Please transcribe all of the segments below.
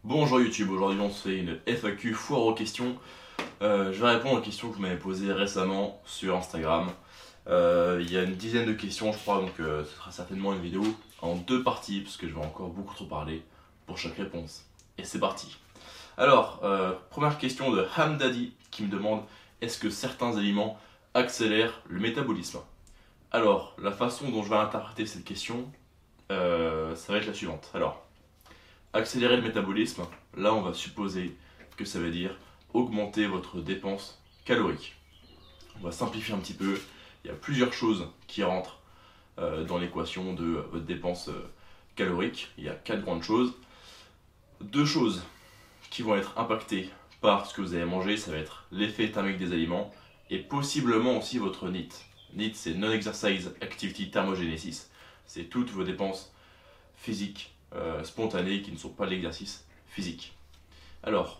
Bonjour YouTube, aujourd'hui on se fait une FAQ foire aux questions. Je vais répondre aux questions que vous m'avez posées récemment sur Instagram. Il y a une dizaine de questions je crois, donc ce sera certainement une vidéo en deux parties parce que je vais encore beaucoup trop parler pour chaque réponse. Et c'est parti. Alors, première question de Hamdadi qui me demande: est-ce que certains aliments accélèrent le métabolisme? Alors, la façon dont je vais interpréter cette question, ça va être la suivante. Alors, accélérer le métabolisme, là on va supposer que ça veut dire augmenter votre dépense calorique. On va simplifier un petit peu, il y a plusieurs choses qui rentrent dans l'équation de votre dépense calorique. Il y a quatre grandes choses. Deux choses qui vont être impactées par ce que vous avez mangé, ça va être l'effet thermique des aliments et possiblement aussi votre NEAT. NEAT, c'est Non-Exercise Activity Thermogenesis. C'est toutes vos dépenses physiques spontanées qui ne sont pas de l'exercice physique. Alors,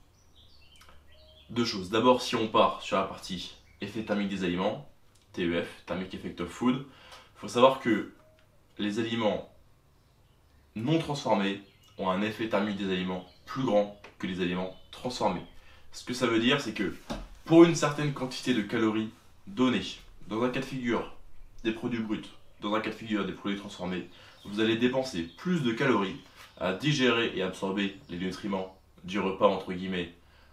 deux choses. D'abord, si on part sur la partie effet thermique des aliments, TEF, Thermic Effect of Food, il faut savoir que les aliments non transformés ont un effet thermique des aliments plus grand que les aliments transformés. Ce que ça veut dire, c'est que pour une certaine quantité de calories donnée, dans un cas de figure des produits bruts, dans un cas de figure des produits transformés, vous allez dépenser plus de calories à digérer et absorber les nutriments du repas entre guillemets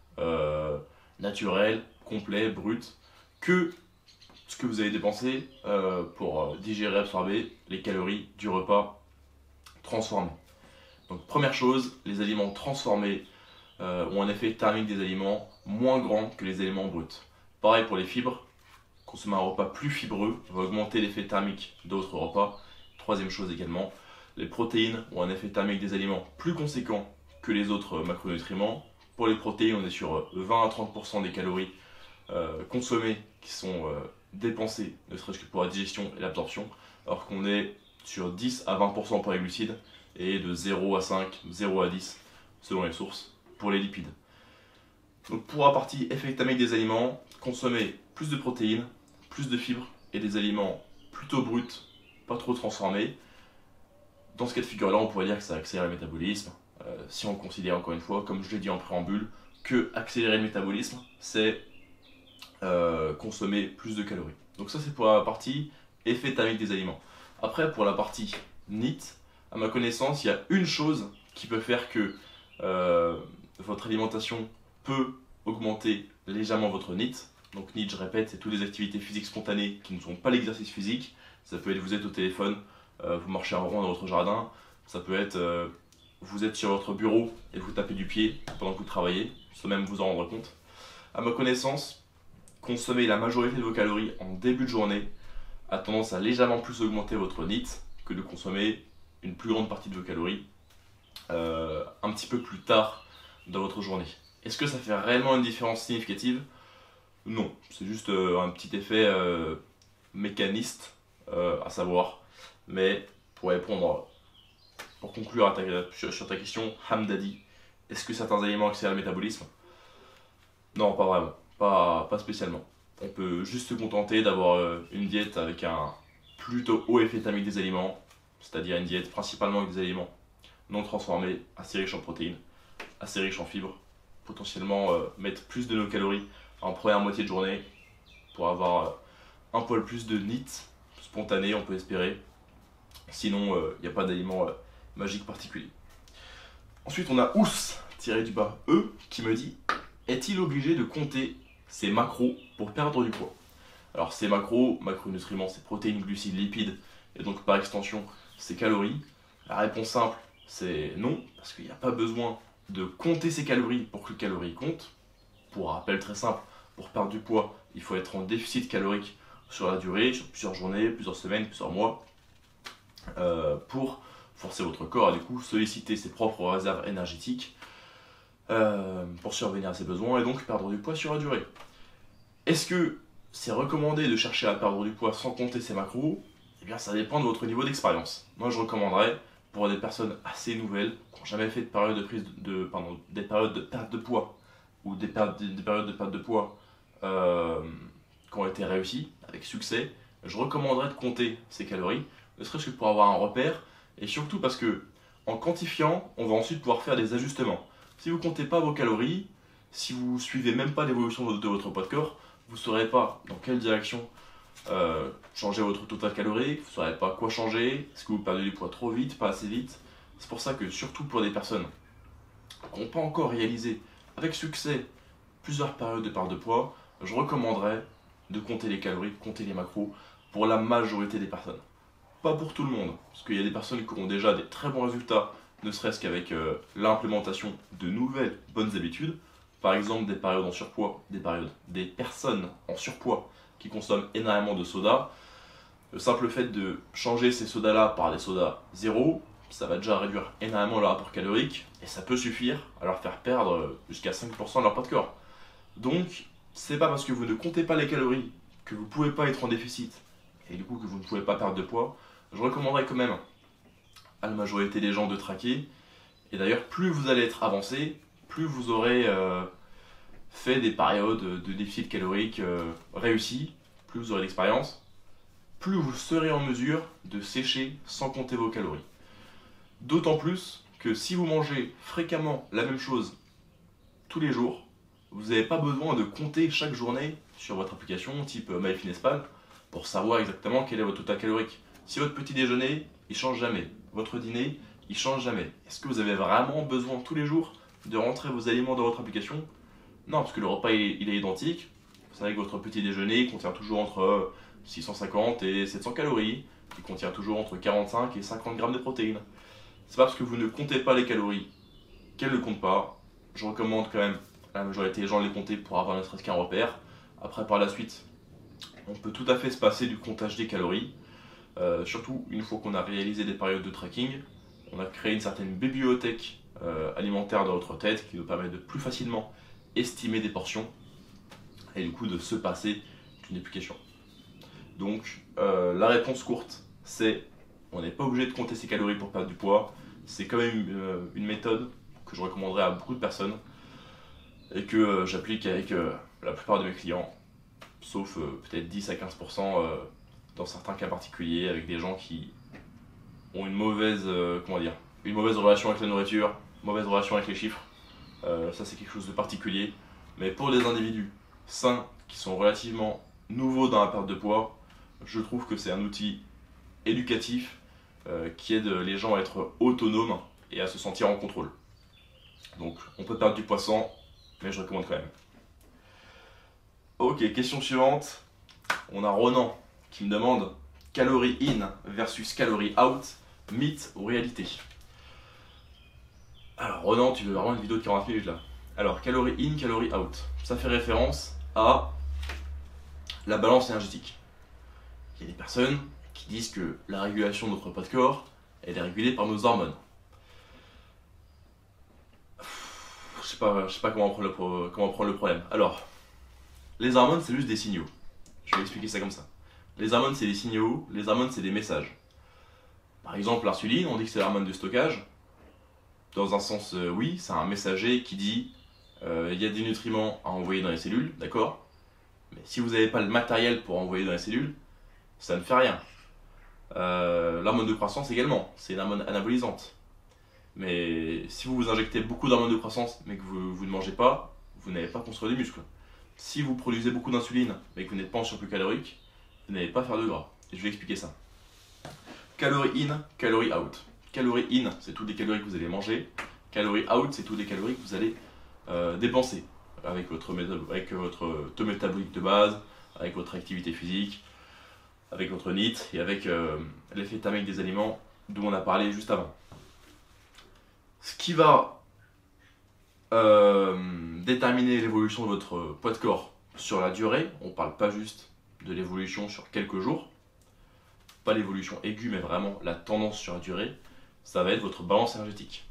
naturel, complet, brut, que ce que vous avez dépensé pour digérer et absorber les calories du repas transformé. Donc première chose, les aliments transformés ont un effet thermique des aliments moins grand que les aliments bruts. Pareil pour les fibres, consommer un repas plus fibreux va augmenter l'effet thermique d'autres repas. Troisième chose également, les protéines ont un effet thermique des aliments plus conséquent que les autres macronutriments. Pour les protéines, on est sur 20 à 30% des calories consommées qui sont dépensées, ne serait-ce que pour la digestion et l'absorption, alors qu'on est sur 10 à 20% pour les glucides et de 0 à 5, 0 à 10 selon les sources pour les lipides. Donc pour la partie effet thermique des aliments, consommer plus de protéines, plus de fibres et des aliments plutôt bruts, pas trop transformés. Dans ce cas de figure-là, on pourrait dire que ça accélère le métabolisme. Si on considère encore une fois, comme je l'ai dit en préambule, que accélérer le métabolisme, c'est consommer plus de calories. Donc ça c'est pour la partie effet thermique des aliments. Après pour la partie NEAT, à ma connaissance, il y a une chose qui peut faire que votre alimentation peut augmenter légèrement votre NEAT. Donc NEAT, je répète, c'est toutes les activités physiques spontanées qui ne sont pas l'exercice physique. Ça peut être vous êtes au téléphone, vous marchez en rond dans votre jardin. Ça peut être vous êtes sur votre bureau et vous tapez du pied pendant que vous travaillez, sans même vous en rendre compte. À ma connaissance, consommer la majorité de vos calories en début de journée a tendance à légèrement plus augmenter votre NEAT que de consommer une plus grande partie de vos calories un petit peu plus tard dans votre journée. Est-ce que ça fait réellement une différence significative? Non, c'est juste un petit effet mécaniste à savoir. Mais pour répondre, pour conclure sur ta question, Hamdadi, est-ce que certains aliments accélèrent le métabolisme? Non, pas vraiment, pas spécialement. On peut juste se contenter d'avoir une diète avec un plutôt haut effet thermique des aliments, c'est-à-dire une diète principalement avec des aliments non transformés, assez riches en protéines, assez riches en fibres, potentiellement mettre plus de nos calories en première moitié de journée pour avoir un poil plus de NEAT spontané, on peut espérer. Sinon, il n'y a pas d'aliment magique particulier. Ensuite, on a Ous-E qui me dit: est-il obligé de compter ses macros pour perdre du poids? Alors, ces macros, macronutriments, c'est protéines, glucides, lipides, et donc par extension, c'est calories. La réponse simple, c'est non, parce qu'il n'y a pas besoin de compter ses calories pour que les calories comptent. Pour un rappel très simple, pour perdre du poids, il faut être en déficit calorique sur la durée, sur plusieurs journées, plusieurs semaines, plusieurs mois, pour forcer votre corps à du coup solliciter ses propres réserves énergétiques pour survenir à ses besoins et donc perdre du poids sur la durée. Est-ce que c'est recommandé de chercher à perdre du poids sans compter ses macros? Eh bien ça dépend de votre niveau d'expérience. Moi je recommanderais pour des personnes assez nouvelles, qui n'ont jamais fait de période de prise des périodes de perte de poids ou des périodes de perte de poids qui ont été réussies avec succès, je recommanderais de compter ses calories, ne serait-ce que pour avoir un repère, et surtout parce que En quantifiant, on va ensuite pouvoir faire des ajustements. Si vous ne comptez pas vos calories, si vous ne suivez même pas l'évolution de votre poids de corps, vous ne saurez pas dans quelle direction changer votre total calorique, vous ne saurez pas quoi changer, est-ce que vous perdez du poids trop vite, pas assez vite. C'est pour ça que surtout pour des personnes qui n'ont pas encore réalisé avec succès plusieurs périodes de perte de poids, je recommanderais de compter les calories, de compter les macros pour la majorité des personnes. Pas pour tout le monde, parce qu'il y a des personnes qui ont déjà des très bons résultats, ne serait-ce qu'avec l'implémentation de nouvelles bonnes habitudes. Par exemple, des périodes en surpoids, des personnes en surpoids qui consomment énormément de soda. Le simple fait de changer ces sodas-là par des sodas zéro, ça va déjà réduire énormément leur rapport calorique et ça peut suffire à leur faire perdre jusqu'à 5% de leur poids de corps. Donc, c'est pas parce que vous ne comptez pas les calories que vous ne pouvez pas être en déficit et du coup que vous ne pouvez pas perdre de poids. Je recommanderais quand même à la majorité des gens de traquer. Et d'ailleurs, plus vous allez être avancé, plus vous aurez fait des périodes de déficit calorique réussies, plus vous aurez d'expérience, plus vous serez en mesure de sécher sans compter vos calories. D'autant plus que si vous mangez fréquemment la même chose tous les jours, vous n'avez pas besoin de compter chaque journée sur votre application type MyFitnessPal pour savoir exactement quel est votre total calorique. Si votre petit déjeuner, il change jamais, votre dîner, il change jamais, est-ce que vous avez vraiment besoin tous les jours de rentrer vos aliments dans votre application? Non, parce que le repas il est identique. Vous savez que votre petit déjeuner contient toujours entre 650 et 700 calories, il contient toujours entre 45 et 50 grammes de protéines. C'est pas parce que vous ne comptez pas les calories qu'elles ne comptent pas. Je recommande quand même à la majorité des gens de les compter pour avoir ne serait-ce qu'un repère. Après, par la suite, on peut tout à fait se passer du comptage des calories. Surtout une fois qu'on a réalisé des périodes de tracking, on a créé une certaine bibliothèque alimentaire dans notre tête qui nous permet de plus facilement estimer des portions et du coup de se passer d'une application. Donc la réponse courte, c'est on n'est pas obligé de compter ses calories pour perdre du poids. C'est quand même une méthode que je recommanderais à beaucoup de personnes et que j'applique avec la plupart de mes clients, sauf peut-être 10 à 15% dans certains cas particuliers avec des gens qui ont une mauvaise relation avec la nourriture, mauvaise relation avec les chiffres. Ça c'est quelque chose de particulier. Mais pour les individus sains qui sont relativement nouveaux dans la perte de poids, je trouve que c'est un outil éducatif qui aide les gens à être autonomes et à se sentir en contrôle. Donc on peut perdre du poids sans, mais je recommande quand même. Ok, question suivante. On a Ronan qui me demande calories in versus calories out, mythe ou réalité. Alors Ronan, tu veux vraiment une vidéo de 40 minutes là. Alors calories in, calories out. Ça fait référence à la balance énergétique. Il y a des personnes qui disent que la régulation de notre poids de corps, elle est régulée par nos hormones. Je sais pas comment prendre le problème. Alors, les hormones c'est juste des signaux. Je vais expliquer ça comme ça. Les hormones c'est des signaux, les hormones c'est des messages. Par exemple l'insuline, on dit que c'est l'hormone de stockage. Dans un sens oui, c'est un messager qui dit il y a des nutriments à envoyer dans les cellules, d'accord? Mais si vous n'avez pas le matériel pour envoyer dans les cellules, ça ne fait rien. L'hormone de croissance également, c'est une hormone anabolisante. Mais si vous vous injectez beaucoup d'hormones de croissance mais que vous ne mangez pas, vous n'allez pas construire des muscles. Si vous produisez beaucoup d'insuline mais que vous n'êtes pas en surplus calorique, vous n'allez pas faire de gras. Et je vais expliquer ça. Calories in, calories out. Calories in, c'est toutes les calories que vous allez manger. Calories out, c'est toutes les calories que vous allez dépenser avec votre taux métabolique de base, avec votre activité physique, avec votre NEAT et avec l'effet thermique des aliments dont on a parlé juste avant. Ce qui va déterminer l'évolution de votre poids de corps sur la durée, on ne parle pas juste de l'évolution sur quelques jours, pas l'évolution aiguë mais vraiment la tendance sur la durée, ça va être votre balance énergétique.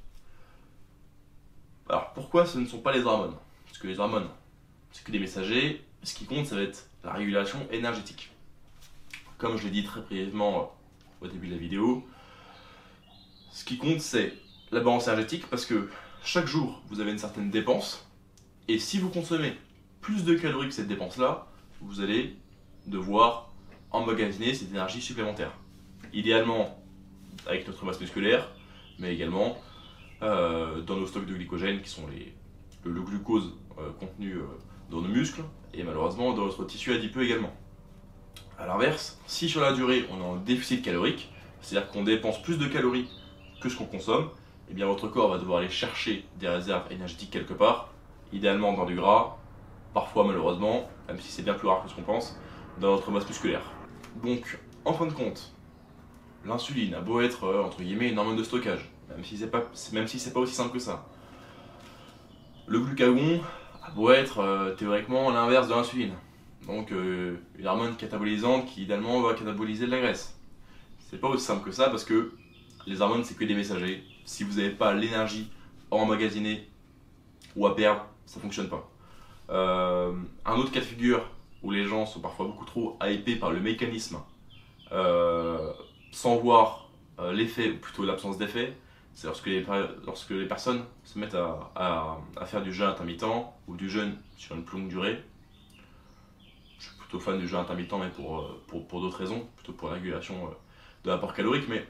Alors pourquoi ce ne sont pas les hormones? Parce que les hormones, c'est que des messagers, ce qui compte ça va être la régulation énergétique. Comme je l'ai dit très brièvement au début de la vidéo, ce qui compte c'est la balance énergétique parce que chaque jour vous avez une certaine dépense et si vous consommez plus de calories que cette dépense là, vous allez devoir emmagasiner cette énergie supplémentaire. Idéalement avec notre masse musculaire, mais également dans nos stocks de glycogène qui sont le glucose contenu dans nos muscles et malheureusement dans notre tissu adipeux également. A l'inverse, si sur la durée on est en déficit calorique, c'est-à-dire qu'on dépense plus de calories que ce qu'on consomme, eh bien votre corps va devoir aller chercher des réserves énergétiques quelque part, idéalement dans du gras, parfois malheureusement, même si c'est bien plus rare que ce qu'on pense, dans notre masse musculaire. Donc, en fin de compte, l'insuline a beau être entre guillemets une hormone de stockage, même si c'est pas aussi simple que ça. Le glucagon a beau être théoriquement l'inverse de l'insuline, donc une hormone catabolisante qui idéalement va cataboliser de la graisse. C'est pas aussi simple que ça parce que les hormones c'est que des messagers. Si vous n'avez pas l'énergie à emmagasiner ou à perdre, ça fonctionne pas. Un autre cas de figure où les gens sont parfois beaucoup trop hypés par le mécanisme sans voir l'effet ou plutôt l'absence d'effet, c'est lorsque les personnes se mettent à faire du jeûne intermittent ou du jeûne sur une plus longue durée. Je suis plutôt fan du jeûne intermittent mais pour d'autres raisons, plutôt pour la régulation de l'apport calorique, mais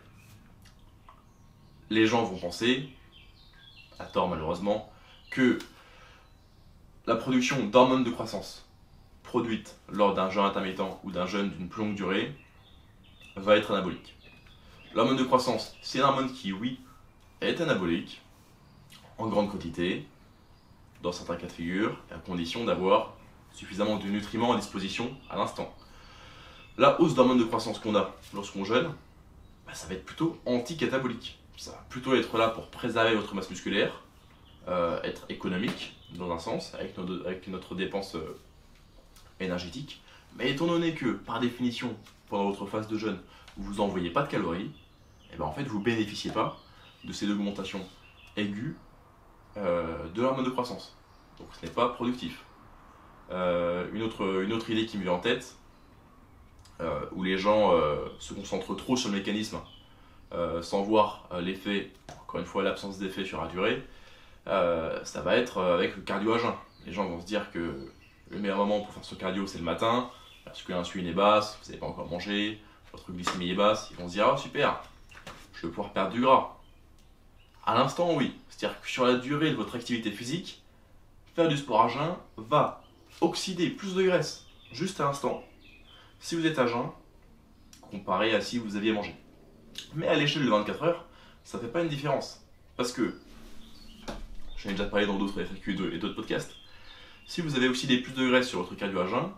les gens vont penser, à tort malheureusement, que la production d'hormones de croissance produite lors d'un jeûne intermittent ou d'un jeûne d'une plus longue durée va être anabolique. L'hormone de croissance, c'est une hormone qui, oui, est anabolique en grande quantité, dans certains cas de figure, à condition d'avoir suffisamment de nutriments à disposition à l'instant. La hausse d'hormones de croissance qu'on a lorsqu'on jeûne, ça va être plutôt anti-catabolique. Ça va plutôt être là pour préserver votre masse musculaire, être économique dans un sens, avec notre dépense énergétique. Mais étant donné que, par définition, pendant votre phase de jeûne, vous n'envoyez pas de calories, et bien en fait vous ne bénéficiez pas de ces augmentations aiguës de l'hormone de croissance. Donc ce n'est pas productif. Une autre idée qui me vient en tête, où les gens se concentrent trop sur le mécanisme sans voir l'effet, encore une fois l'absence d'effet sur la durée, ça va être avec le cardio à jeun. Les gens vont se dire que le meilleur moment pour faire ce cardio c'est le matin, parce que l'insuline est basse, vous n'avez pas encore mangé, votre glycémie est basse, ils vont se dire ah super, je vais pouvoir perdre du gras. À l'instant oui, c'est-à-dire que sur la durée de votre activité physique, faire du sport à jeun va oxyder plus de graisse juste à l'instant si vous êtes à jeun comparé à si vous aviez mangé. Mais à l'échelle de 24 heures, ça ne fait pas une différence. Parce que, j'en ai déjà parlé dans d'autres FAQ et d'autres podcasts, si vous avez oxydé plus de graisse sur votre cardio à jeun,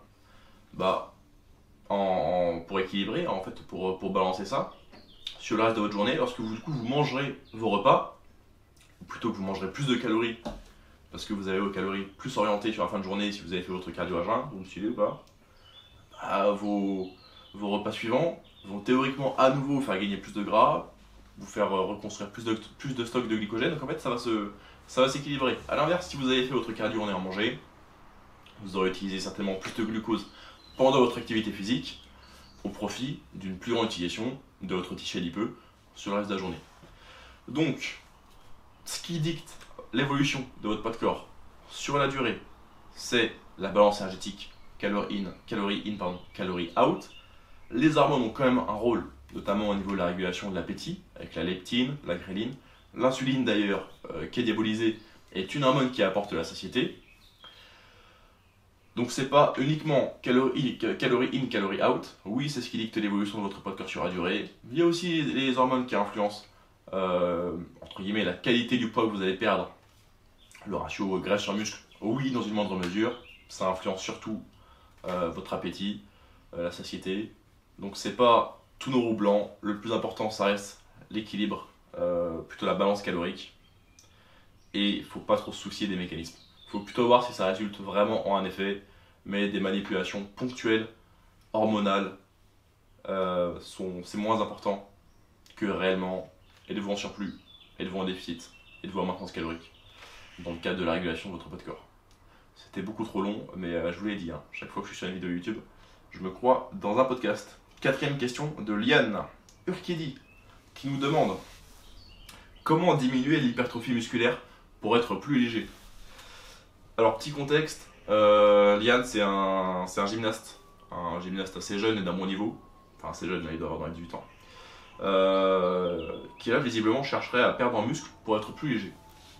pour équilibrer, en fait, pour balancer ça, sur le reste de votre journée, lorsque vous mangerez vos repas, ou plutôt que vous mangerez plus de calories, parce que vous avez vos calories plus orientées sur la fin de journée si vous avez fait votre cardio à jeun, vous me suivez ou pas, vos repas suivants vont théoriquement à nouveau vous faire gagner plus de gras, vous faire reconstruire plus de stock de glycogène, donc en fait ça va s'équilibrer. A l'inverse, si vous avez fait votre cardio en ayant mangé, vous aurez utilisé certainement plus de glucose pendant votre activité physique, au profit d'une plus grande utilisation de votre tissu adipeux sur le reste de la journée. Donc, ce qui dicte l'évolution de votre poids de corps sur la durée, c'est la balance énergétique calorie in, calorie out. Les hormones ont quand même un rôle, notamment au niveau de la régulation de l'appétit, avec la leptine, la gréline. L'insuline d'ailleurs, qui est diabolisée, est une hormone qui apporte la satiété. Donc c'est pas uniquement calorie in, calorie out. Oui, c'est ce qui dicte l'évolution de votre poids de corps sur la durée. Il y a aussi les hormones qui influencent, entre guillemets, la qualité du poids que vous allez perdre. Le ratio graisse sur muscle, oui, dans une moindre mesure. Ça influence surtout votre appétit, la satiété. Donc c'est pas tout noir ou blanc, le plus important ça reste l'équilibre, plutôt la balance calorique. Et il ne faut pas trop se soucier des mécanismes. Il faut plutôt voir si ça résulte vraiment en un effet, mais des manipulations ponctuelles, hormonales, c'est moins important que réellement êtes-vous en surplus, êtes-vous en déficit, êtes-vous en maintenance calorique, dans le cadre de la régulation de votre poids de corps. C'était beaucoup trop long, mais je vous l'ai dit, chaque fois que je suis sur une vidéo YouTube, je me crois dans un podcast. Quatrième question de Liane Urkidi qui nous demande comment diminuer l'hypertrophie musculaire pour être plus léger. Alors petit contexte, Liane c'est un gymnaste assez jeune et d'un bon niveau, enfin assez jeune, il doit avoir dans les 18 ans, qui là visiblement chercherait à perdre en muscle pour être plus léger.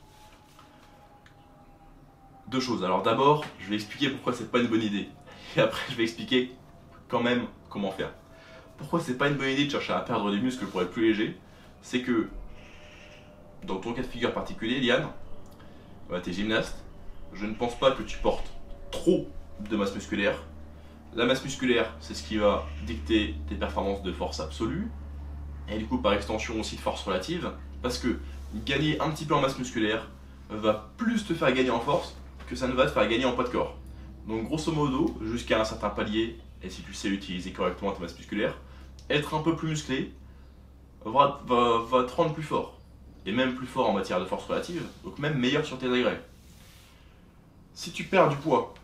Deux choses. Alors d'abord, je vais expliquer pourquoi c'est pas une bonne idée. Et après, je vais expliquer quand même comment faire. Pourquoi c'est pas une bonne idée de chercher à perdre des muscles pour être plus léger? C'est que dans ton cas de figure particulier, Liane, tu es gymnaste. Je ne pense pas que tu portes trop de masse musculaire. La masse musculaire, c'est ce qui va dicter tes performances de force absolue. Et du coup, par extension aussi de force relative. Parce que gagner un petit peu en masse musculaire va plus te faire gagner en force que ça ne va te faire gagner en poids de corps. Donc grosso modo, jusqu'à un certain palier, et si tu sais utiliser correctement ta masse musculaire, être un peu plus musclé va te rendre plus fort. Et même plus fort en matière de force relative, donc même meilleur sur tes agrès. Si tu perds du poids,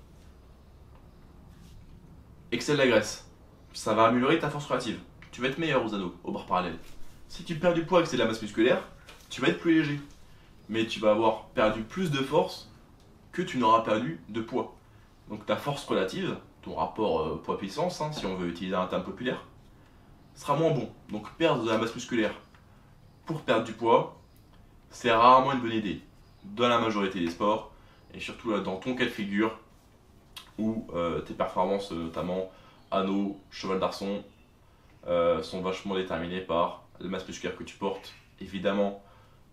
excès de la graisse, ça va améliorer ta force relative. Tu vas être meilleur aux ados, aux barres parallèles. Si tu perds du poids et que c'est de la masse musculaire, tu vas être plus léger. Mais tu vas avoir perdu plus de force que tu n'auras perdu de poids. Donc ta force relative, ton rapport poids-puissance, si on veut utiliser un terme populaire, sera moins bon. Donc perdre de la masse musculaire pour perdre du poids, c'est rarement une bonne idée. Dans la majorité des sports, et surtout dans ton cas de figure, où tes performances, notamment anneau, cheval d'arçon, sont vachement déterminées par la masse musculaire que tu portes. Évidemment,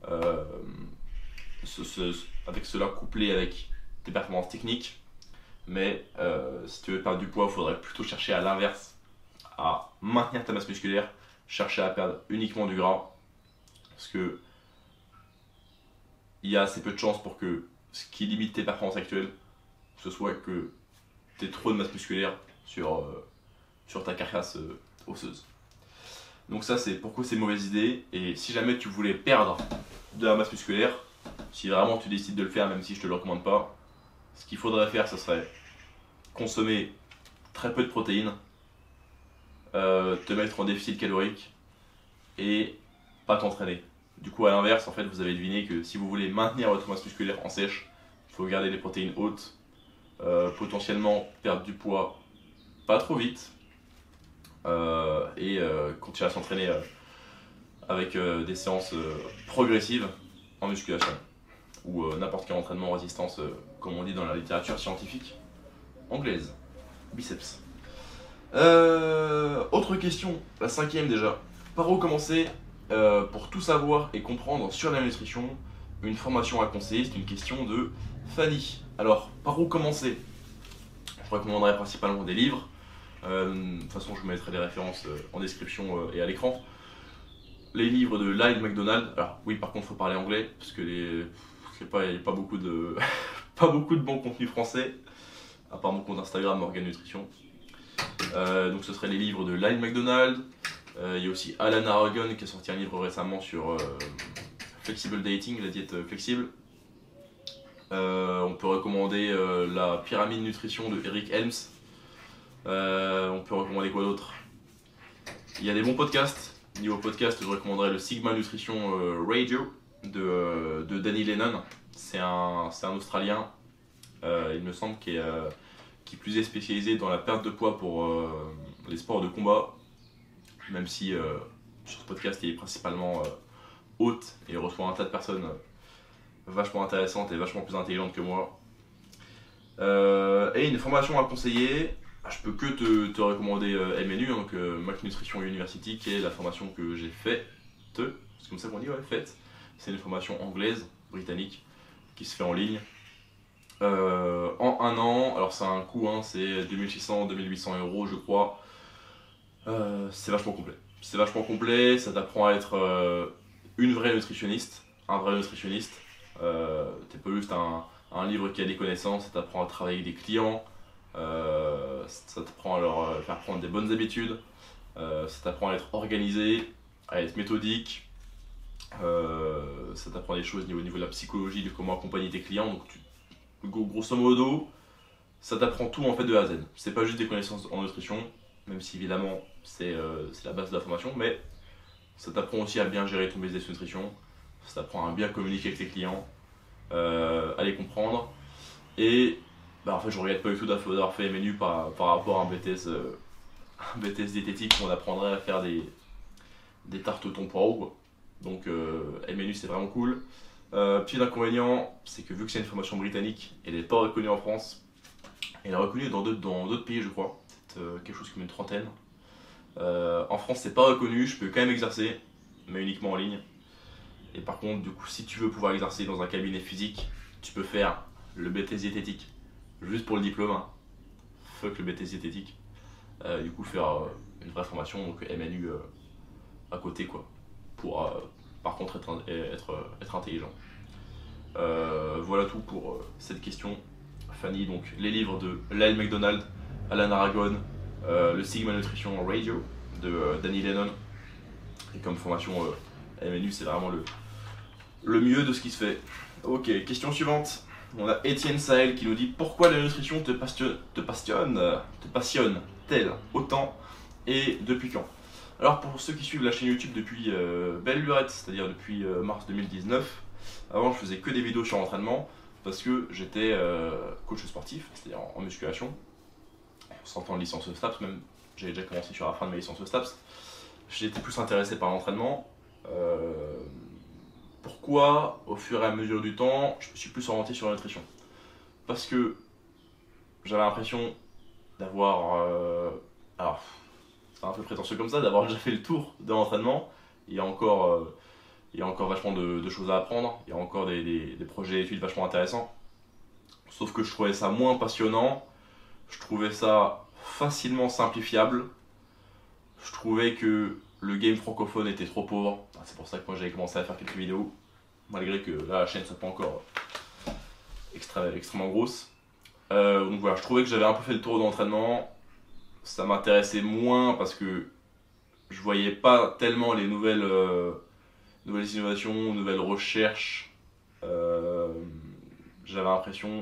avec cela couplé avec tes performances techniques. Mais si tu veux perdre du poids, il faudrait plutôt chercher à l'inverse, à maintenir ta masse musculaire, chercher à perdre uniquement du gras. Parce que il y a assez peu de chances pour que ce qui limite tes performances actuelles, ce soit que tu aies trop de masse musculaire sur ta carcasse osseuse. Donc ça, c'est pourquoi c'est une mauvaise idée. Et si jamais tu voulais perdre de la masse musculaire, si vraiment tu décides de le faire, même si je te le recommande pas, ce qu'il faudrait faire, ce serait consommer très peu de protéines, te mettre en déficit calorique et pas t'entraîner. Du coup, à l'inverse, en fait, vous avez deviné que si vous voulez maintenir votre masse musculaire en sèche, il faut garder les protéines hautes, potentiellement perdre du poids pas trop vite et continuer à s'entraîner avec des séances progressives en musculation ou n'importe quel entraînement en résistance, comme on dit dans la littérature scientifique anglaise. Biceps. Autre question, la cinquième déjà. Par où commencer pour tout savoir et comprendre sur la nutrition? Une formation à conseiller, c'est une question de Fanny. Alors, par où commencer? Je recommanderais principalement des livres. De toute façon, je vous mettrai les références en description et à l'écran. Les livres de Lyle McDonald. Alors, oui, par contre, il faut parler anglais parce que il n'y a pas beaucoup de pas beaucoup de bon contenu français, à part mon compte Instagram Morgan Nutrition. Donc, ce serait les livres de Lyle McDonald. Il y a aussi Alan Aragon qui a sorti un livre récemment sur Flexible Dating, la diète flexible. On peut recommander la pyramide nutrition de Eric Helms. On peut recommander quoi d'autre? Il y a des bons podcasts. Niveau podcast, je recommanderais le Sigma Nutrition Radio de Danny Lennon. C'est un Australien, il me semble, qui plus est spécialisé dans la perte de poids pour les sports de combat. Même si sur ce podcast il est principalement hôte et il reçoit un tas de personnes vachement intéressantes et vachement plus intelligentes que moi. Et une formation à conseiller, je peux que te recommander MNU, donc Mac Nutrition University, qui est la formation que j'ai faite. C'est comme ça qu'on dit, ouais, faite. C'est une formation anglaise, britannique, qui se fait en ligne. En un an, alors c'est un coût, c'est 2600-2800 euros je crois. C'est vachement complet. C'est vachement complet, ça t'apprend à être une vraie nutritionniste, un vrai nutritionniste. T'es pas juste un livre qui a des connaissances, ça t'apprend à travailler avec des clients, ça t'apprend à leur faire prendre des bonnes habitudes, ça t'apprend à être organisé, à être méthodique, ça t'apprend des choses au niveau de la psychologie, de comment accompagner tes clients. Donc grosso modo, ça t'apprend tout en fait de A à Z. C'est pas juste des connaissances en nutrition, même si évidemment c'est la base de la formation, mais ça t'apprend aussi à bien gérer ton business nutrition, ça t'apprend à bien communiquer avec tes clients, à les comprendre, et en fait je regrette pas du tout d'avoir fait MNU par rapport à un BTS diététique où on apprendrait à faire des des tartes au thon poireau, quoi. Donc MNU c'est vraiment cool. Petit inconvénient, c'est que vu que c'est une formation britannique, elle n'est pas reconnue en France. Elle est reconnue dans d'autres pays, je crois. C'est quelque chose comme une trentaine. En France, c'est pas reconnu, je peux quand même exercer, mais uniquement en ligne. Et par contre, du coup, si tu veux pouvoir exercer dans un cabinet physique, tu peux faire le BTS diététique, juste pour le diplôme, hein. Fuck le BTS diététique. Du coup, faire une vraie formation, donc MNU à côté, quoi. Pour par contre être intelligent. Voilà tout pour cette question. Fanny, donc les livres de Lyle McDonald, Alan Aragon, le Sigma Nutrition Radio de Danny Lennon. Et comme formation MNU, c'est vraiment le mieux de ce qui se fait. Ok, question suivante. On a Étienne Sahel qui nous dit pourquoi la nutrition te passionne-t-elle autant et depuis quand? Alors pour ceux qui suivent la chaîne YouTube depuis belle lurette, c'est-à-dire depuis mars 2019, avant je faisais que des vidéos sur l'entraînement parce que j'étais coach sportif, c'est-à-dire en musculation, en sortant de licence STAPS, même j'avais déjà commencé sur la fin de ma licence STAPS. J'étais plus intéressé par l'entraînement. Pourquoi, au fur et à mesure du temps, je me suis plus orienté sur la nutrition? Parce que j'avais l'impression d'avoir... alors, c'est un peu prétentieux comme ça, d'avoir déjà fait le tour de l'entraînement. Il y a encore vachement de choses à apprendre. Il y a encore des projets d'études vachement intéressants. Sauf que je trouvais ça moins passionnant. Je trouvais ça facilement simplifiable. Je trouvais que le game francophone était trop pauvre. C'est pour ça que moi j'avais commencé à faire quelques vidéos. Malgré que là, la chaîne soit pas encore extrêmement grosse. Donc voilà, je trouvais que j'avais un peu fait le tour de l'entraînement. Ça m'intéressait moins parce que je voyais pas tellement les nouvelles innovations, nouvelles recherches. J'avais l'impression...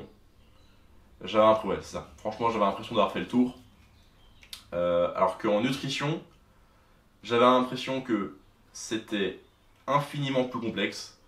ouais, c'est ça. Franchement, j'avais l'impression d'avoir fait le tour. Alors qu'en nutrition, j'avais l'impression que c'était infiniment plus complexe,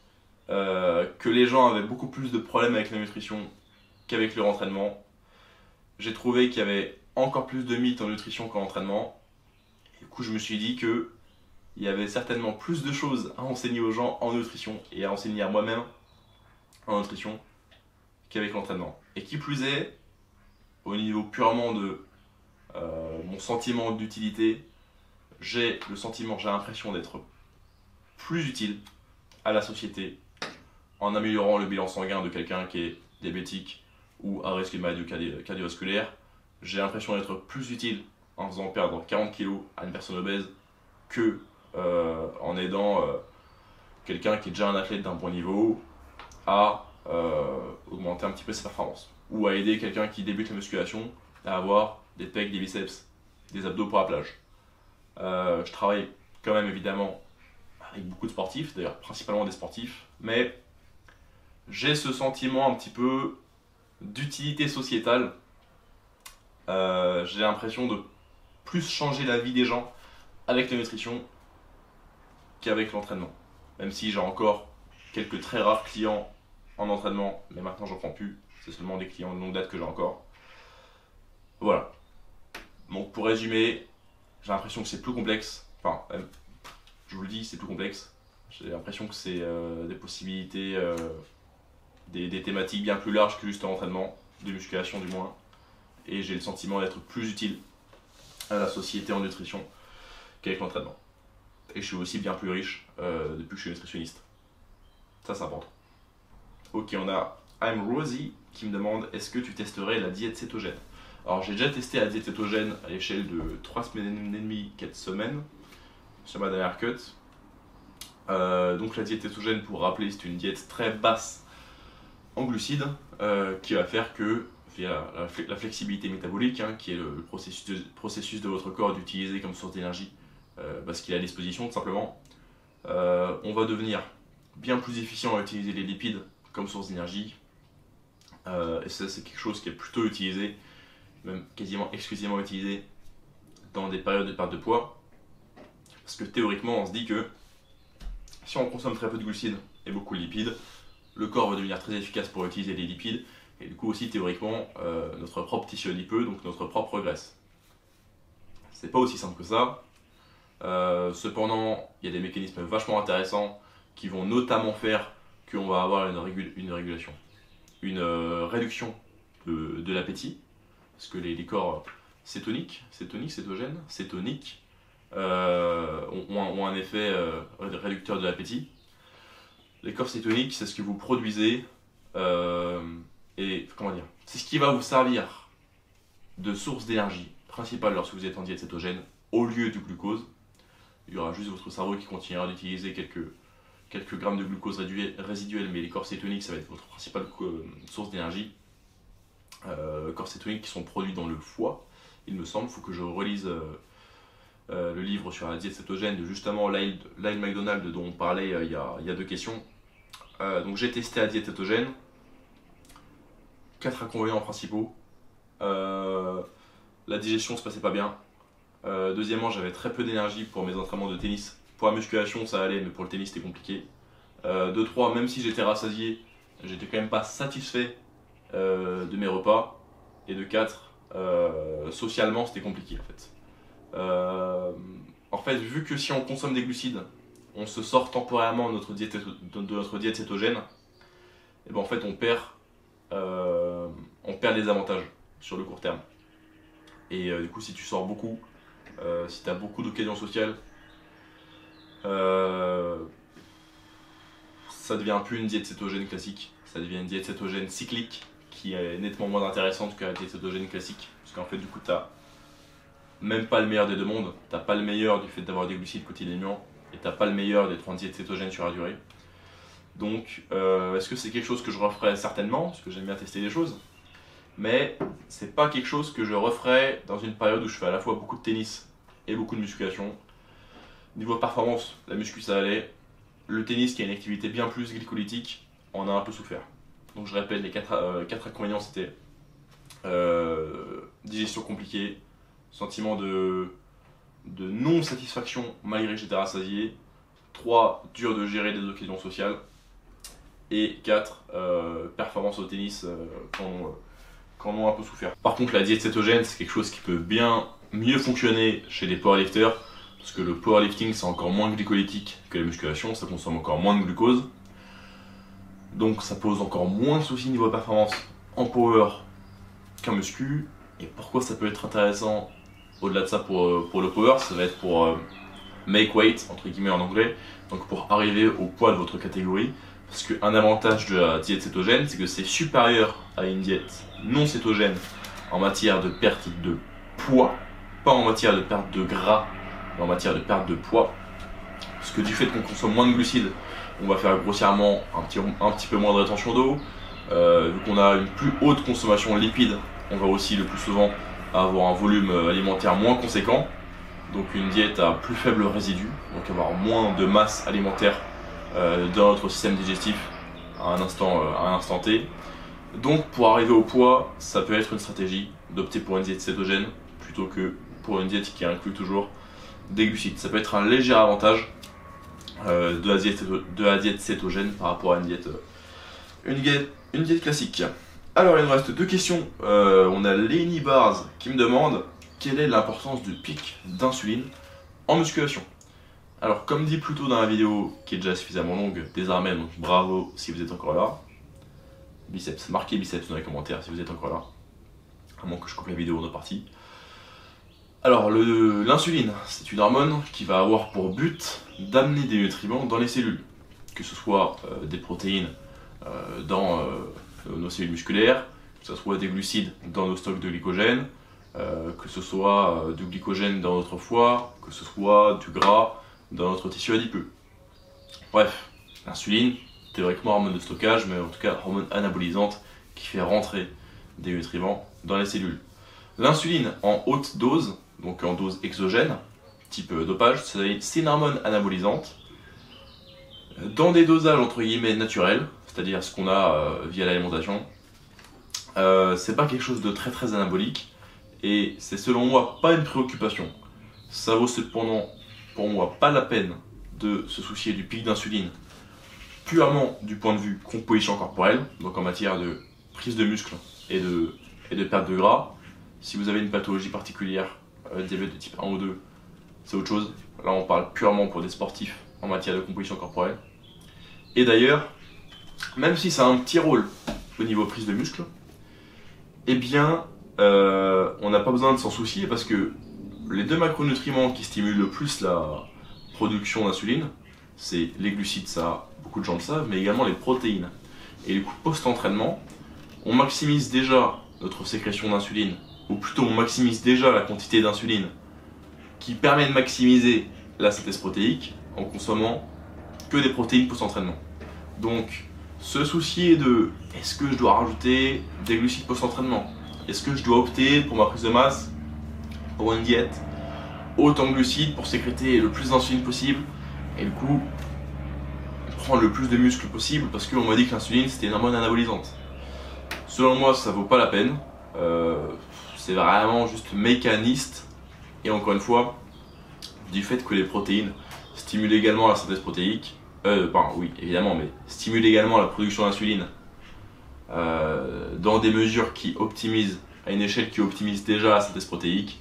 que les gens avaient beaucoup plus de problèmes avec la nutrition qu'avec leur entraînement. J'ai trouvé qu'il y avait encore plus de mythes en nutrition qu'en entraînement. Et du coup, je me suis dit que il y avait certainement plus de choses à enseigner aux gens en nutrition et à enseigner à moi-même en nutrition qu'avec l'entraînement. Et qui plus est, au niveau purement de mon sentiment d'utilité, j'ai l'impression d'être plus utile à la société en améliorant le bilan sanguin de quelqu'un qui est diabétique ou à risque de maladie cardiovasculaire. J'ai l'impression d'être plus utile en faisant perdre 40 kg à une personne obèse que en aidant quelqu'un qui est déjà un athlète d'un bon niveau à augmenter un petit peu ses performances, ou à aider quelqu'un qui débute la musculation à avoir des pecs, des biceps, des abdos pour la plage. Je travaille quand même évidemment avec beaucoup de sportifs, d'ailleurs principalement des sportifs, mais j'ai ce sentiment un petit peu d'utilité sociétale. J'ai l'impression de plus changer la vie des gens avec la nutrition qu'avec l'entraînement. Même si j'ai encore quelques très rares clients en entraînement, mais maintenant j'en prends plus, c'est seulement des clients de longue date que j'ai encore. Voilà. Donc pour résumer, j'ai l'impression que c'est plus complexe, enfin je vous le dis, c'est plus complexe. J'ai l'impression que c'est des possibilités, des thématiques bien plus larges que juste l'entraînement, de musculation du moins. Et j'ai le sentiment d'être plus utile à la société en nutrition qu'avec l'entraînement. Et je suis aussi bien plus riche depuis que je suis nutritionniste. Ça, c'est important. Ok, on a I'm Rosie qui me demande est-ce que tu testerais la diète cétogène? Alors j'ai déjà testé la diète cétogène à l'échelle de 3 semaines et demie, 4 semaines sur ma dernière cut. Donc la diète cétogène, pour rappeler, c'est une diète très basse en glucides qui va faire que via la flexibilité métabolique, hein, qui est le processus de votre corps d'utiliser comme source d'énergie ce qu'il a à disposition tout simplement, on va devenir bien plus efficient à utiliser les lipides comme source d'énergie. Et ça, c'est quelque chose qui est plutôt utilisé, même quasiment exclusivement utilisé dans des périodes de perte de poids, parce que théoriquement on se dit que si on consomme très peu de glucides et beaucoup de lipides, le corps va devenir très efficace pour utiliser les lipides, et du coup aussi théoriquement notre propre tissu adipeux, donc notre propre graisse. C'est pas aussi simple que ça. Cependant, il y a des mécanismes vachement intéressants qui vont notamment faire qu'on va avoir une régulation, une réduction de l'appétit, parce que les corps cétoniques, cétoniques ont un effet réducteur de l'appétit. Les corps cétoniques, c'est ce que vous produisez et comment dire, c'est ce qui va vous servir de source d'énergie principale lorsque vous êtes en diète cétogène au lieu du glucose. Il y aura juste votre cerveau qui continuera d'utiliser quelques grammes de glucose résiduels, mais les corps cétoniques, ça va être votre principale source d'énergie. Corps cétoniques qui sont produits dans le foie, il me semble. Il faut que je relise le livre sur la diète cétogène de justement Lyle McDonald dont on parlait il y a 2 questions. Donc j'ai testé la diète cétogène. 4 inconvénients principaux. La digestion se passait pas bien. Deuxièmement, j'avais très peu d'énergie pour mes entraînements de tennis. Pour la musculation ça allait, mais pour le tennis c'était compliqué. De 3, même si j'étais rassasié, j'étais quand même pas satisfait de mes repas. Et de 4, socialement c'était compliqué en fait. En fait, vu que si on consomme des glucides, on se sort temporairement de notre diète cétogène, et ben en fait on perd des avantages sur le court terme. Et du coup, si tu sors beaucoup, si tu as beaucoup d'occasions sociales, ça devient plus une diète cétogène classique, ça devient une diète cétogène cyclique qui est nettement moins intéressante que la diète cétogène classique, parce qu'en fait du coup tu n'as même pas le meilleur des deux mondes, tu n'as pas le meilleur du fait d'avoir des glucides quotidiennement et tu n'as pas le meilleur d'être en diète cétogène sur la durée. Donc est-ce que c'est quelque chose que je referais? Certainement, parce que j'aime bien tester des choses, mais c'est pas quelque chose que je referais dans une période où je fais à la fois beaucoup de tennis et beaucoup de musculation. Niveau performance, la muscu ça allait. Le tennis, qui est une activité bien plus glycolytique, en a un peu souffert. Donc je répète, les 4 inconvénients c'était digestion compliquée, sentiment de non-satisfaction malgré que j'étais rassasié, 3, dur de gérer des occasions sociales, et 4, performance au tennis qu'en ont un peu souffert. Par contre, la diète cétogène, c'est quelque chose qui peut bien mieux fonctionner chez les powerlifters, parce que le powerlifting c'est encore moins glycolytique que la musculation, ça consomme encore moins de glucose. Donc ça pose encore moins de soucis niveau performance en power qu'un muscu. Et pourquoi ça peut être intéressant au-delà de ça pour le power, ça va être pour make weight, entre guillemets en anglais, donc pour arriver au poids de votre catégorie. Parce qu'un avantage de la diète cétogène, c'est que c'est supérieur à une diète non cétogène en matière de perte de poids, pas en matière de perte de gras, mais en matière de perte de poids. Parce que du fait qu'on consomme moins de glucides, on va faire grossièrement un petit peu moins de rétention d'eau. Vu qu'on a une plus haute consommation de lipides, on va aussi le plus souvent avoir un volume alimentaire moins conséquent. Donc une diète à plus faible résidu, donc avoir moins de masse alimentaire dans notre système digestif à un instant T. Donc pour arriver au poids, ça peut être une stratégie d'opter pour une diète cétogène plutôt que pour une diète qui inclut toujours des glucides. Ça peut être un léger avantage de la diète cétogène par rapport à une diète classique. Alors il nous reste 2 questions. On a Lenny Bars qui me demande quelle est l'importance du pic d'insuline en musculation. Alors comme dit plus tôt dans la vidéo qui est déjà suffisamment longue, désormais, donc bravo si vous êtes encore là. Biceps, marquez biceps dans les commentaires si vous êtes encore là, à moins que je coupe la vidéo en 2 parties. Alors l'insuline, c'est une hormone qui va avoir pour but d'amener des nutriments dans les cellules, que ce soit des protéines dans nos cellules musculaires, que ce soit des glucides dans nos stocks de glycogène, que ce soit du glycogène dans notre foie, que ce soit du gras dans notre tissu adipeux. Bref, l'insuline, théoriquement hormone de stockage, mais en tout cas hormone anabolisante qui fait rentrer des nutriments dans les cellules. L'insuline en haute dose, donc en dose exogène, type dopage, c'est une hormone anabolisante dans des dosages entre guillemets naturels, c'est-à-dire ce qu'on a via l'alimentation. C'est pas quelque chose de très très anabolique et c'est selon moi pas une préoccupation. Ça vaut cependant pour moi pas la peine de se soucier du pic d'insuline purement du point de vue composition corporelle, donc en matière de prise de muscle et de perte de gras. Si vous avez une pathologie particulière, diabète de type 1 ou 2, c'est autre chose. Là on parle purement pour des sportifs en matière de composition corporelle. Et d'ailleurs, même si ça a un petit rôle au niveau prise de muscle, eh bien on n'a pas besoin de s'en soucier parce que les deux macronutriments qui stimulent le plus la production d'insuline, c'est les glucides, ça beaucoup de gens le savent, mais également les protéines. Et du coup, post-entraînement, on maximise déjà notre sécrétion d'insuline, ou plutôt on maximise déjà la quantité d'insuline qui permet de maximiser la synthèse protéique en consommant que des protéines post-entraînement. Donc, se soucier de est-ce que je dois rajouter des glucides post-entraînement? Est-ce que je dois opter pour ma prise de masse, pour une diète, autant de glucides pour sécréter le plus d'insuline possible et du coup prendre le plus de muscles possible parce qu'on m'a dit que l'insuline c'était une hormone anabolisante. Selon moi, ça vaut pas la peine. C'est vraiment juste mécaniste et encore une fois, du fait que les protéines stimulent également la synthèse protéique, oui évidemment, mais stimulent également la production d'insuline dans des mesures qui optimisent, à une échelle qui optimise déjà la synthèse protéique,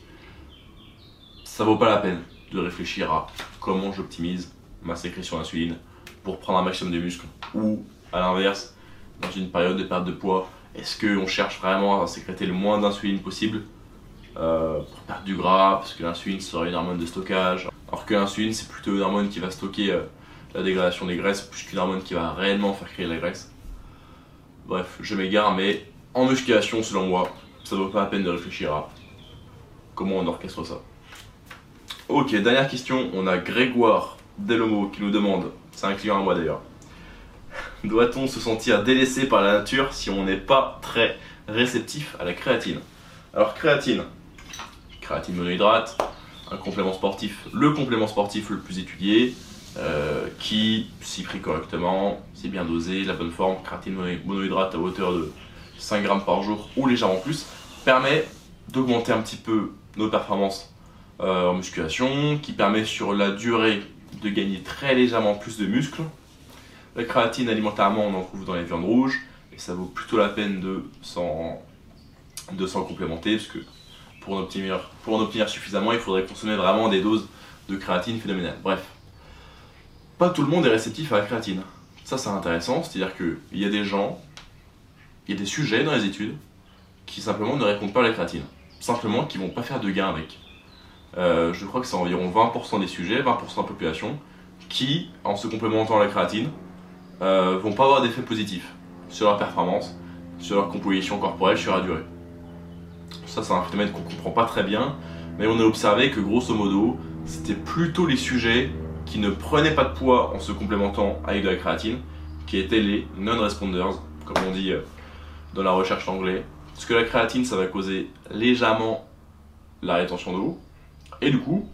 ça vaut pas la peine de réfléchir à comment j'optimise ma sécrétion d'insuline pour prendre un maximum de muscles ou à l'inverse, dans une période de perte de poids, est-ce qu'on cherche vraiment à sécréter le moins d'insuline possible pour perdre du gras, parce que l'insuline serait une hormone de stockage, alors que l'insuline c'est plutôt une hormone qui va stocker la dégradation des graisses plus qu'une hormone qui va réellement faire créer la graisse. Bref, je m'égare, mais en musculation, selon moi, ça vaut pas la peine de réfléchir à comment on orchestre ça. Ok, dernière question, on a Grégoire Delomo qui nous demande, c'est un client à moi d'ailleurs, doit-on se sentir délaissé par la nature si on n'est pas très réceptif à la créatine? Alors créatine monohydrate, un complément sportif, le complément sportif le plus étudié, qui, si pris correctement, si bien dosé, la bonne forme, créatine monohydrate à hauteur de 5 grammes par jour ou légèrement plus, permet d'augmenter un petit peu nos performances en musculation, qui permet sur la durée de gagner très légèrement plus de muscles. La créatine alimentairement on en trouve dans les viandes rouges et ça vaut plutôt la peine de s'en complémenter parce que pour en obtenir suffisamment il faudrait consommer vraiment des doses de créatine phénoménales. Bref, pas tout le monde est réceptif à la créatine. Ça c'est intéressant, c'est-à-dire qu'il y a des gens, il y a des sujets dans les études qui simplement ne répondent pas à la créatine. Simplement qui vont pas faire de gain avec. Je crois que c'est environ 20% des sujets, 20% de la population qui, en se complémentant à la créatine, vont pas avoir d'effet positif sur leur performance, sur leur composition corporelle, sur la durée. Ça c'est un phénomène qu'on comprend pas très bien, mais on a observé que grosso modo, c'était plutôt les sujets qui ne prenaient pas de poids en se complémentant avec de la créatine, qui étaient les non-responders, comme on dit dans la recherche en anglais. Parce que la créatine, ça va causer légèrement la rétention d'eau, et du coup,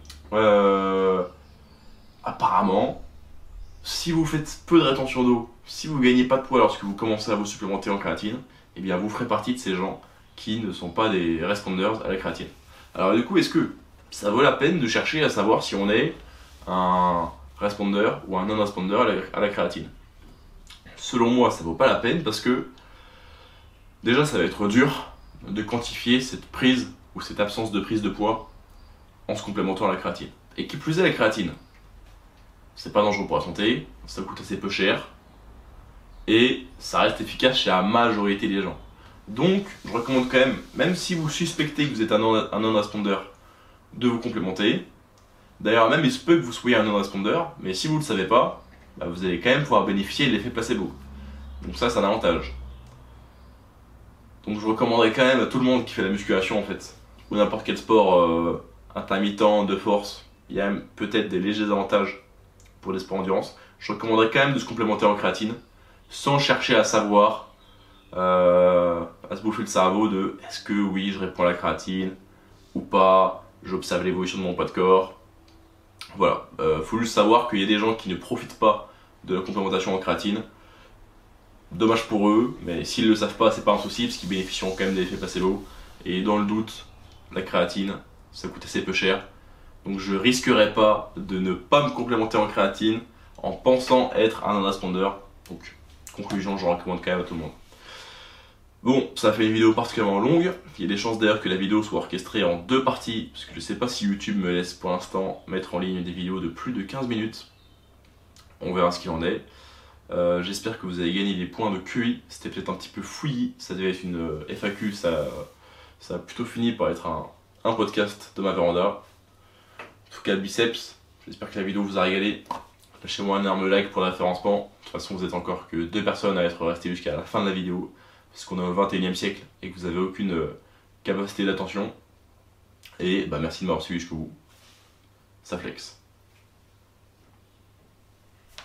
apparemment, si vous faites peu de rétention d'eau, si vous ne gagnez pas de poids lorsque vous commencez à vous supplémenter en créatine, eh bien vous ferez partie de ces gens qui ne sont pas des responders à la créatine. Alors du coup, est-ce que ça vaut la peine de chercher à savoir si on est un responder ou un non-responder à la créatine? Selon moi, ça vaut pas la peine parce que déjà ça va être dur de quantifier cette prise ou cette absence de prise de poids en se complémentant à la créatine. Et qui plus est, la créatine, c'est pas dangereux pour la santé, ça coûte assez peu cher et ça reste efficace chez la majorité des gens. Donc, je recommande quand même si vous suspectez que vous êtes un non-responder, de vous complémenter. D'ailleurs, même il se peut que vous soyez un non-responder, mais si vous ne le savez pas, vous allez quand même pouvoir bénéficier de l'effet placebo. Donc ça, c'est un avantage. Donc je recommanderais quand même à tout le monde qui fait la musculation en fait, ou n'importe quel sport intermittent, de force, il y a même peut-être des légers avantages pour les sports endurance. Je recommanderais quand même de se complémenter en créatine, sans chercher à savoir, à se bouffer le cerveau de est-ce que oui je réponds à la créatine ou pas, j'observe l'évolution de mon poids de corps. Voilà, faut juste savoir qu'il y a des gens qui ne profitent pas de la complémentation en créatine. Dommage pour eux, mais s'ils ne le savent pas, c'est pas un souci parce qu'ils bénéficieront quand même des effets placebo. Et dans le doute, la créatine, ça coûte assez peu cher. Donc je risquerais pas de ne pas me complémenter en créatine en pensant être un non-responder. Donc conclusion, je recommande quand même à tout le monde. Bon, ça fait une vidéo particulièrement longue. Il y a des chances d'ailleurs que la vidéo soit orchestrée en 2 parties, parce que je sais pas si YouTube me laisse pour l'instant mettre en ligne des vidéos de plus de 15 minutes. On verra ce qu'il en est. J'espère que vous avez gagné des points de QI. C'était peut-être un petit peu fouillis. Ça devait être une FAQ. Ça a plutôt fini par être un podcast de ma véranda. En tout cas, biceps. J'espère que la vidéo vous a régalé. Lâchez-moi un énorme like pour le référencement. De toute façon, vous êtes encore que 2 personnes à être restées jusqu'à la fin de la vidéo. Parce qu'on est au 21e siècle et que vous n'avez aucune capacité d'attention. Et bah, merci de m'avoir suivi jusqu'au bout. Ça flex.